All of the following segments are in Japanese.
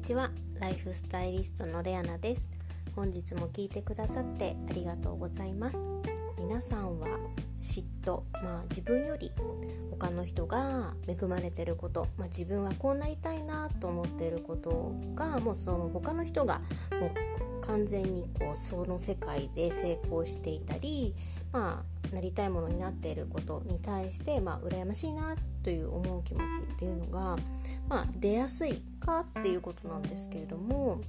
ちは。ライフスタイリストのレアナです。本日も聞いてくださってありがとうございます。皆さんは嫉妬、自分より他の人が恵まれていること、自分はこうなりたいなと思っていることがもうその他の人がもう完全にその世界で成功していたり、なりたいものになっていることに対して羨ましいなという思う気持ちっていうのが、出やすいかっていうことなんですけれども、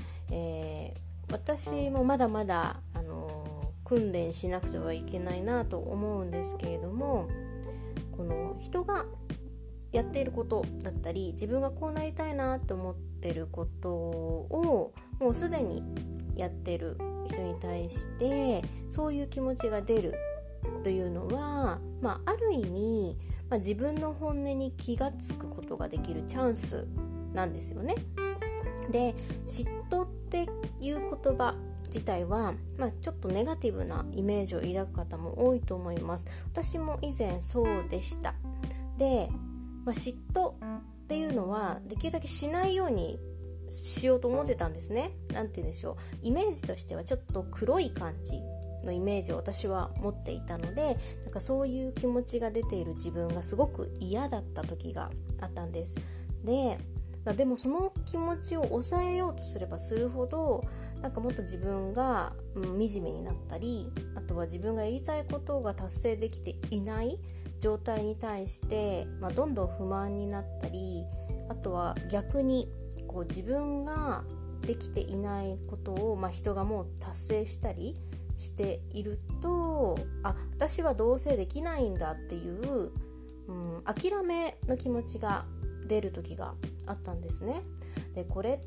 私もまだまだ訓練しなくてはいけないなと思うんですけれども、この人がやっていることだったり自分がこうなりたいなと思っていることをもうすでにやっている人に対してそういう気持ちが出るというのは、ある意味、自分の本音に気がつくことができるチャンスなんですよね。で、嫉妬っていう言葉自体は、ちょっとネガティブなイメージを抱く方も多いと思います。私も以前そうでした。で、嫉妬っていうのはできるだけしないようにしようと思ってたんですね。なんて言うんでしょう、イメージとしてはちょっと黒い感じのイメージを私は持っていたので、そういう気持ちが出ている自分がすごく嫌だった時があったんです。でもその気持ちを抑えようとすればするほどもっと自分が惨めになったり、あとは自分がやりたいことが達成できていない状態に対して、どんどん不満になったり、あとは逆に自分ができていないことを、人がもう達成したりしていると、私はどうせできないんだっていう、諦めの気持ちが出る時があったんですね。で、これって、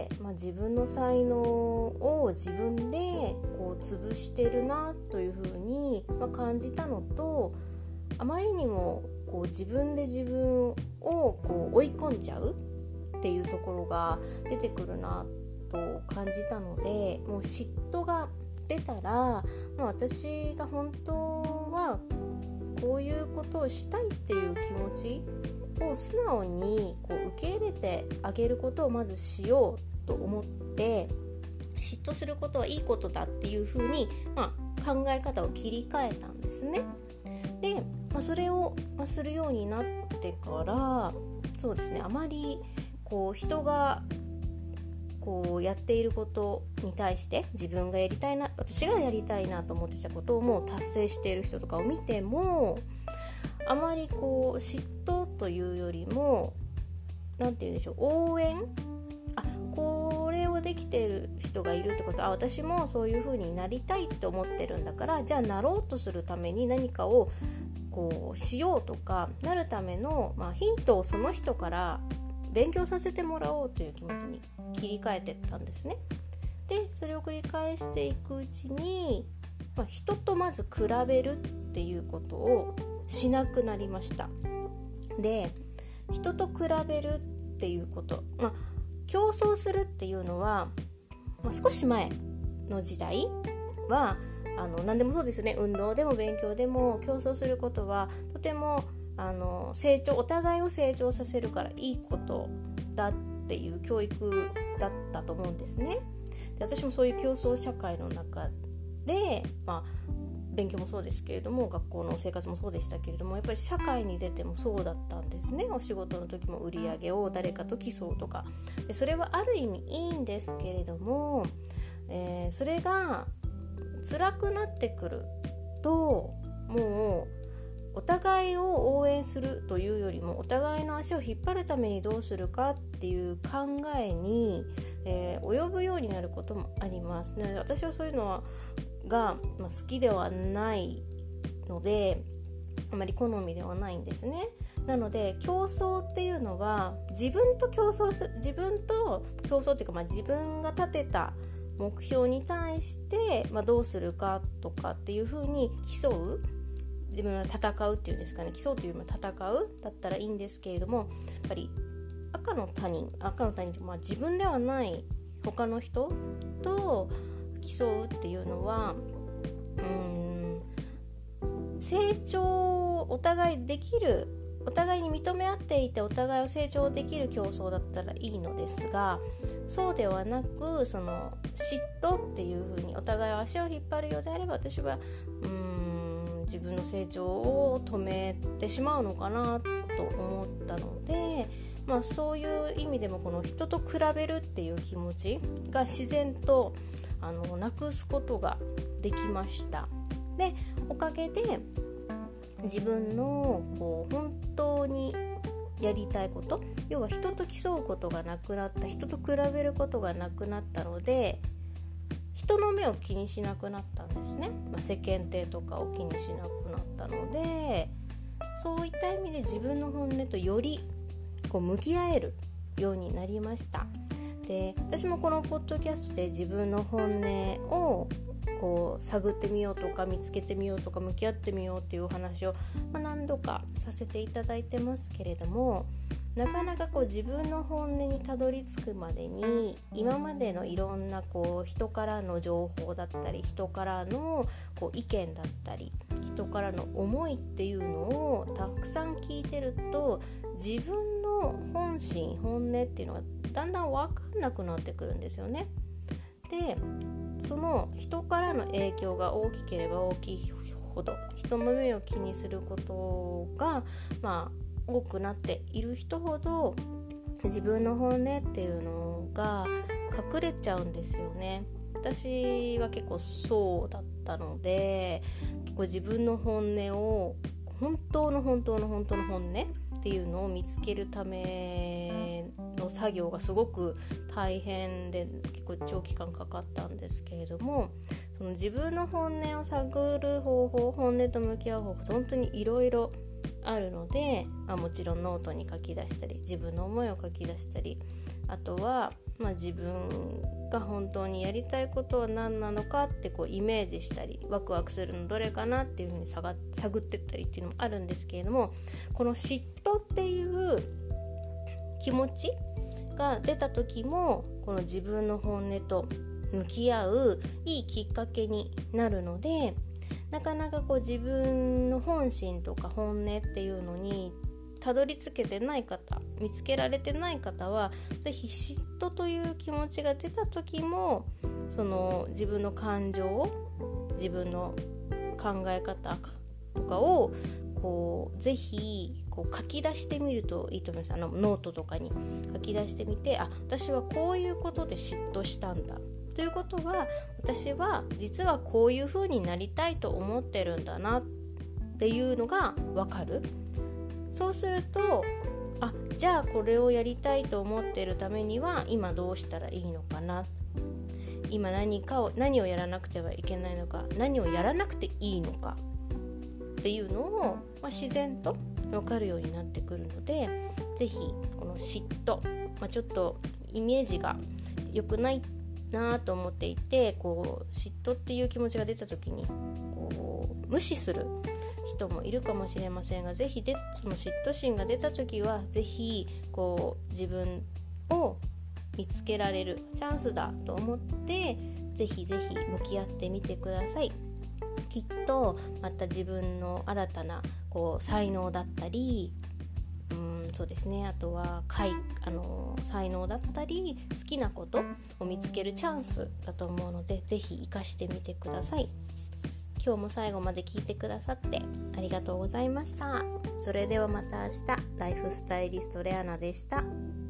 自分の才能を自分で潰してるなというふうに、感じたのと、あまりにも自分で自分を追い込んじゃうっていうところが出てくるなと感じたので、もう嫉妬が出たら、私が本当はこういうことをしたいっていう気持ちを素直に受け入れてあげることをまずしようと思って、嫉妬することはいいことだっていうふうに、考え方を切り替えたんですね。で、それをするようになってから、そうですね、あまり人がやっていることに対して自分がやりたいな、私がやりたいなと思ってたことをもう達成している人とかを見ても、あまり嫉妬というよりも、なんて言うんでしょう、応援、これをできている人がいるってことは、私もそういう風になりたいって思ってるんだから、じゃあなろうとするために何かをしようとか、なるための、ヒントをその人から勉強させてもらおうという気持ちに切り替えていったんですね。で、それを繰り返していくうちに、人とまず比べるっていうことをしなくなりました。で、人と比べるっていうこと、競争するっていうのは、少し前の時代は何でもそうですよね。運動でも勉強でも競争することはとてもお互いを成長させるからいいことだっていう教育だったと思うんですね。で、私もそういう競争社会の中で、勉強もそうですけれども、学校の生活もそうでしたけれども、やっぱり社会に出てもそうだったんですね。お仕事の時も売り上げを誰かと競うとかで、それはある意味いいんですけれども、それが辛くなってくると、もうお互いを応援するというよりも、お互いの足を引っ張るためにどうするかっていう考えに、及ぶようになることもあります。なので、私はそういうのが好きではないので、あまり好みではないんですね。なので、競争っていうのは自分と競争っていうか、自分が立てた目標に対して、どうするかとかっていう風に競う、自分は戦うっていうんですかね、競うというよりも戦うだったらいいんですけれども、やっぱり赤の他人と、自分ではない他の人と競うっていうのは、成長をお互いできるお互いに認め合っていてお互いを成長できる競争だったらいいのですが、そうではなくその嫉妬っていう風にお互いを足を引っ張るようであれば、私は自分の成長を止めてしまうのかなと思ったので、そういう意味でもこの人と比べるっていう気持ちが自然となくすことができました。で、おかげで自分の本当にやりたいこと、要は人と競うことがなくなった、人と比べることがなくなったので、人の目を気にしなくなったんですね。世間体とかを気にしなくなったので、そういった意味で自分の本音とより向き合えるようになりました。で、私もこのポッドキャストで自分の本音を探ってみようとか見つけてみようとか向き合ってみようっていうお話を、何度かさせていただいてますけれども、なかなか自分の本音にたどり着くまでに今までのいろんな人からの情報だったり、人からの意見だったり、人からの思いっていうのをたくさん聞いてると、自分の本心本音っていうのがだんだん分かんなくなってくるんですよね。で、その人からの影響が大きければ大きいほど、人の目を気にすることが多くなっている人ほど、自分の本音っていうのが隠れちゃうんですよね。私は結構そうだったので、結構自分の本音を本当の本音っていうのを見つけるための作業がすごく大変で、結構長期間かかったんですけれども、その自分の本音を探る方法、本音と向き合う方法、本当にいろいろあるので、もちろんノートに書き出したり、自分の思いを書き出したり、あとは、自分が本当にやりたいことは何なのかってイメージしたり、ワクワクするのどれかなっていうふうに探っていったりっていうのもあるんですけれども、この嫉妬っていう気持ちが出た時も、この自分の本音と向き合ういいきっかけになるので、なかなか自分の本心とか本音っていうのにたどり着けてない方、見つけられてない方は、ぜひ嫉妬という気持ちが出た時も、その自分の感情を、自分の考え方とかをぜひ書き出してみるといいと思います。ノートとかに書き出してみて、私はこういうことで嫉妬したんだということは、私は実はこういう風になりたいと思ってるんだなっていうのが分かる。そうすると、じゃあこれをやりたいと思っているためには今どうしたらいいのかな、今何をやらなくてはいけないのか、何をやらなくていいのかっていうのを、自然と分かるようになってくるので、ぜひこの嫉妬、ちょっとイメージが良くないなと思っていて、嫉妬っていう気持ちが出た時に無視する人もいるかもしれませんが、ぜひその嫉妬心が出た時は、ぜひ自分を見つけられるチャンスだと思って、ぜひ向き合ってみてください。きっとまた自分の新たな才能だったり、そうですね、あとは才能だったり好きなことを見つけるチャンスだと思うので、ぜひ活かしてみてください。今日も最後まで聞いてくださってありがとうございました。それではまた明日。ライフスタイリストレアナでした。